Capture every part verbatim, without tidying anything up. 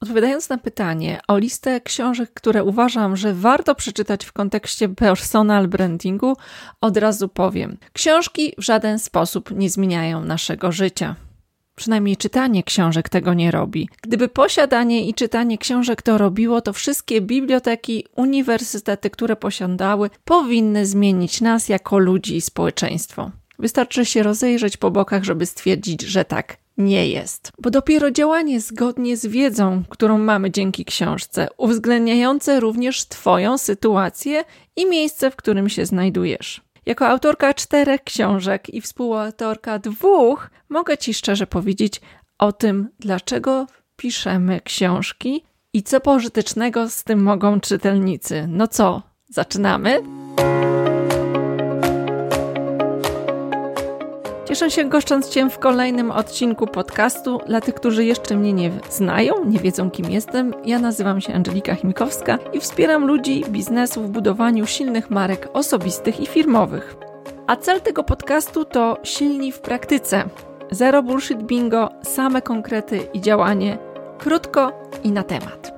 Odpowiadając na pytanie o listę książek, które uważam, że warto przeczytać w kontekście personal brandingu, od razu powiem. Książki w żaden sposób nie zmieniają naszego życia. Przynajmniej czytanie książek tego nie robi. Gdyby posiadanie i czytanie książek to robiło, to wszystkie biblioteki, uniwersytety, które posiadały, powinny zmienić nas jako ludzi i społeczeństwo. Wystarczy się rozejrzeć po bokach, żeby stwierdzić, że tak nie jest. Bo dopiero działanie zgodnie z wiedzą, którą mamy dzięki książce, uwzględniające również Twoją sytuację i miejsce, w którym się znajdujesz. Jako autorka czterech książek i współautorka dwóch mogę Ci szczerze powiedzieć o tym, dlaczego piszemy książki i co pożytecznego z tym mogą czytelnicy. No co, zaczynamy? Cieszę się goszcząc Cię w kolejnym odcinku podcastu. Dla tych, którzy jeszcze mnie nie znają, nie wiedzą kim jestem, ja nazywam się Angelika Chimikowska i wspieram ludzi, biznesu w budowaniu silnych marek osobistych i firmowych. A cel tego podcastu to silni w praktyce. Zero bullshit bingo, same konkrety i działanie. Krótko i na temat.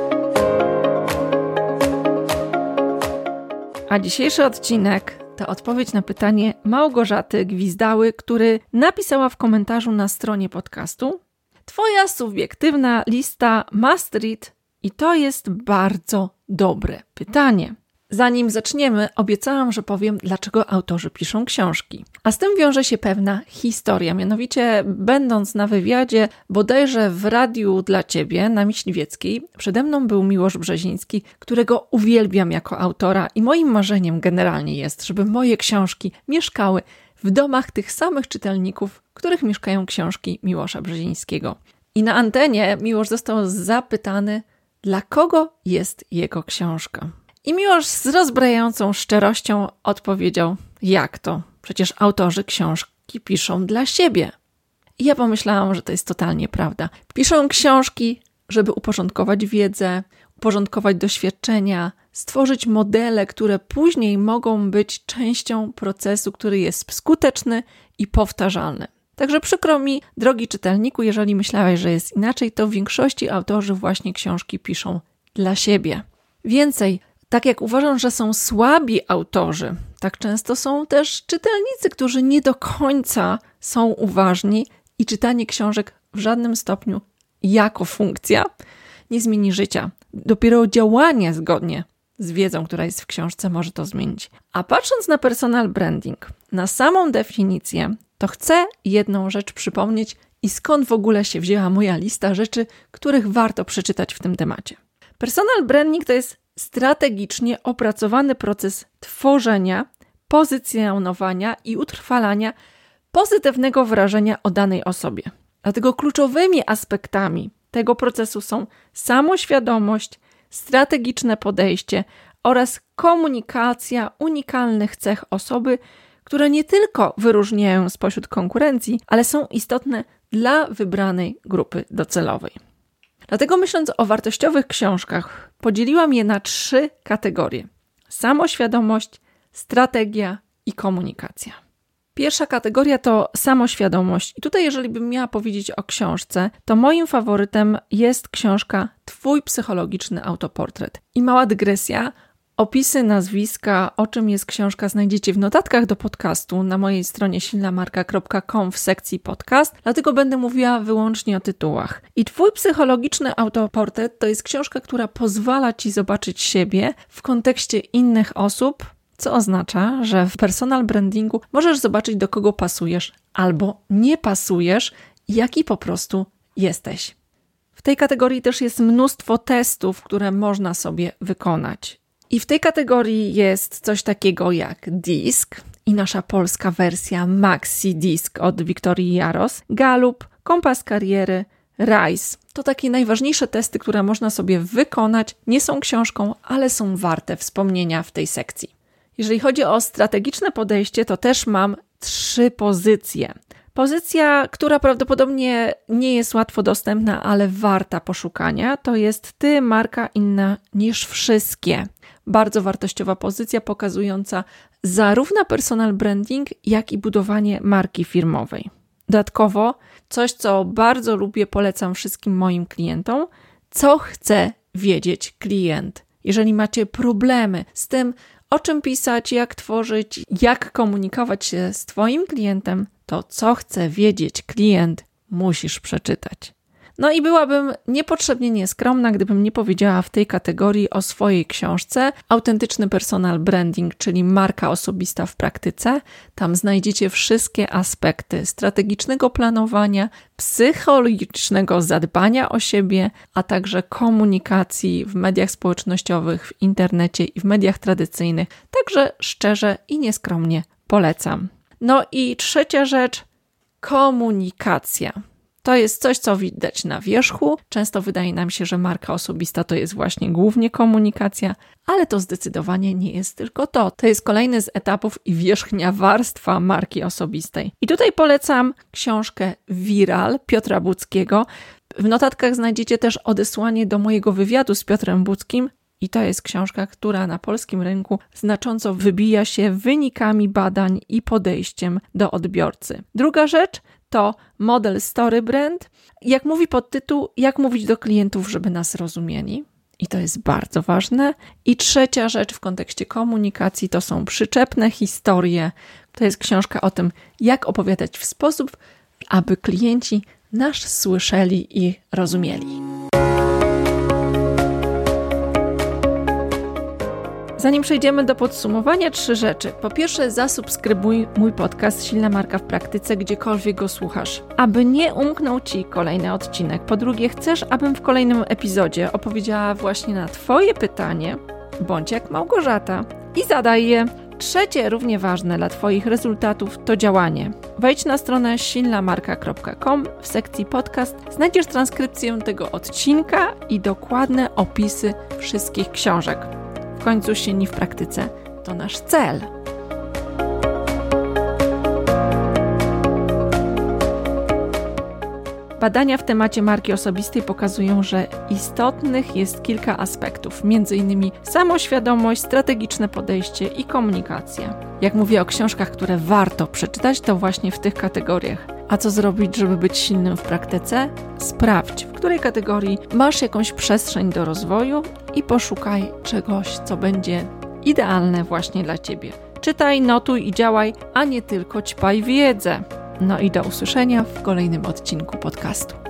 A dzisiejszy odcinek to odpowiedź na pytanie Małgorzaty Gwizdały, który napisała w komentarzu na stronie podcastu: Twoja subiektywna lista must read i to jest bardzo dobre pytanie. Zanim zaczniemy, obiecałam, że powiem, dlaczego autorzy piszą książki. A z tym wiąże się pewna historia. Mianowicie, będąc na wywiadzie, bodajże w Radiu dla Ciebie na Myśliwieckiej, przede mną był Miłosz Brzeziński, którego uwielbiam jako autora i moim marzeniem generalnie jest, żeby moje książki mieszkały w domach tych samych czytelników, w których mieszkają książki Miłosza Brzezińskiego. I na antenie Miłosz został zapytany, dla kogo jest jego książka. I Miłosz z rozbrajającą szczerością odpowiedział, jak to? Przecież autorzy książki piszą dla siebie. I ja pomyślałam, że to jest totalnie prawda. Piszą książki, żeby uporządkować wiedzę, uporządkować doświadczenia, stworzyć modele, które później mogą być częścią procesu, który jest skuteczny i powtarzalny. Także przykro mi, drogi czytelniku, jeżeli myślałeś, że jest inaczej, to w większości autorzy właśnie książki piszą dla siebie. Więcej, tak jak uważam, że są słabi autorzy, tak często są też czytelnicy, którzy nie do końca są uważni i czytanie książek w żadnym stopniu jako funkcja nie zmieni życia. Dopiero działanie zgodnie z wiedzą, która jest w książce, może to zmienić. A patrząc na personal branding, na samą definicję, to chcę jedną rzecz przypomnieć i skąd w ogóle się wzięła moja lista rzeczy, których warto przeczytać w tym temacie. Personal branding to jest strategicznie opracowany proces tworzenia, pozycjonowania i utrwalania pozytywnego wrażenia o danej osobie. Dlatego kluczowymi aspektami tego procesu są samoświadomość, strategiczne podejście oraz komunikacja unikalnych cech osoby, które nie tylko wyróżniają spośród konkurencji, ale są istotne dla wybranej grupy docelowej. Dlatego myśląc o wartościowych książkach, podzieliłam je na trzy kategorie. Samoświadomość, strategia i komunikacja. Pierwsza kategoria to samoświadomość. I tutaj jeżeli bym miała powiedzieć o książce, to moim faworytem jest książka Twój psychologiczny autoportret. I mała dygresja. Opisy, nazwiska, o czym jest książka znajdziecie w notatkach do podcastu na mojej stronie silna marka kropka com w sekcji podcast, dlatego będę mówiła wyłącznie o tytułach. I Twój psychologiczny autoportret to jest książka, która pozwala Ci zobaczyć siebie w kontekście innych osób, co oznacza, że w personal brandingu możesz zobaczyć, do kogo pasujesz albo nie pasujesz, jaki po prostu jesteś. W tej kategorii też jest mnóstwo testów, które można sobie wykonać. I w tej kategorii jest coś takiego jak DISC i nasza polska wersja Maxi DISC od Wiktorii Jaros, Gallup, Kompas Kariery, RISE. To takie najważniejsze testy, które można sobie wykonać, nie są książką, ale są warte wspomnienia w tej sekcji. Jeżeli chodzi o strategiczne podejście, to też mam trzy pozycje. Pozycja, która prawdopodobnie nie jest łatwo dostępna, ale warta poszukania, to jest Ty, marka inna niż wszystkie. Bardzo wartościowa pozycja pokazująca zarówno personal branding, jak i budowanie marki firmowej. Dodatkowo coś, co bardzo lubię, polecam wszystkim moim klientom, co chce wiedzieć klient. Jeżeli macie problemy z tym, o czym pisać, jak tworzyć, jak komunikować się z Twoim klientem, to co chce wiedzieć klient, musisz przeczytać. No i byłabym niepotrzebnie nieskromna, gdybym nie powiedziała w tej kategorii o swojej książce Autentyczny Personal Branding, czyli marka osobista w praktyce. Tam znajdziecie wszystkie aspekty strategicznego planowania, psychologicznego zadbania o siebie, a także komunikacji w mediach społecznościowych, w internecie i w mediach tradycyjnych. Także szczerze i nieskromnie polecam. No i trzecia rzecz, komunikacja. To jest coś, co widać na wierzchu. Często wydaje nam się, że marka osobista to jest właśnie głównie komunikacja, ale to zdecydowanie nie jest tylko to. To jest kolejny z etapów i wierzchnia warstwa marki osobistej. I tutaj polecam książkę Viral Piotra Budzkiego. W notatkach znajdziecie też odesłanie do mojego wywiadu z Piotrem Budzkim i to jest książka, która na polskim rynku znacząco wybija się wynikami badań i podejściem do odbiorcy. Druga rzecz to model Story Brand. Jak mówi podtytuł, jak mówić do klientów, żeby nas rozumieli. I to jest bardzo ważne. I trzecia rzecz w kontekście komunikacji to są przyczepne historie. To jest książka o tym, jak opowiadać w sposób, aby klienci nas słyszeli i rozumieli. Zanim przejdziemy do podsumowania, trzy rzeczy. Po pierwsze, zasubskrybuj mój podcast Silna Marka w Praktyce, gdziekolwiek go słuchasz, aby nie umknął Ci kolejny odcinek. Po drugie, chcesz, abym w kolejnym epizodzie opowiedziała właśnie na Twoje pytanie, bądź jak Małgorzata, i zadaj je. Trzecie, równie ważne dla Twoich rezultatów, to działanie. Wejdź na stronę silna marka kropka com, w sekcji podcast znajdziesz transkrypcję tego odcinka i dokładne opisy wszystkich książek. W końcu silni w praktyce to nasz cel. Badania w temacie marki osobistej pokazują, że istotnych jest kilka aspektów, między innymi samoświadomość, strategiczne podejście i komunikacja. Jak mówię o książkach, które warto przeczytać, to właśnie w tych kategoriach. A co zrobić, żeby być silnym w praktyce? Sprawdź, w której kategorii masz jakąś przestrzeń do rozwoju i poszukaj czegoś, co będzie idealne właśnie dla Ciebie. Czytaj, notuj i działaj, a nie tylko ćpaj wiedzę. No i do usłyszenia w kolejnym odcinku podcastu.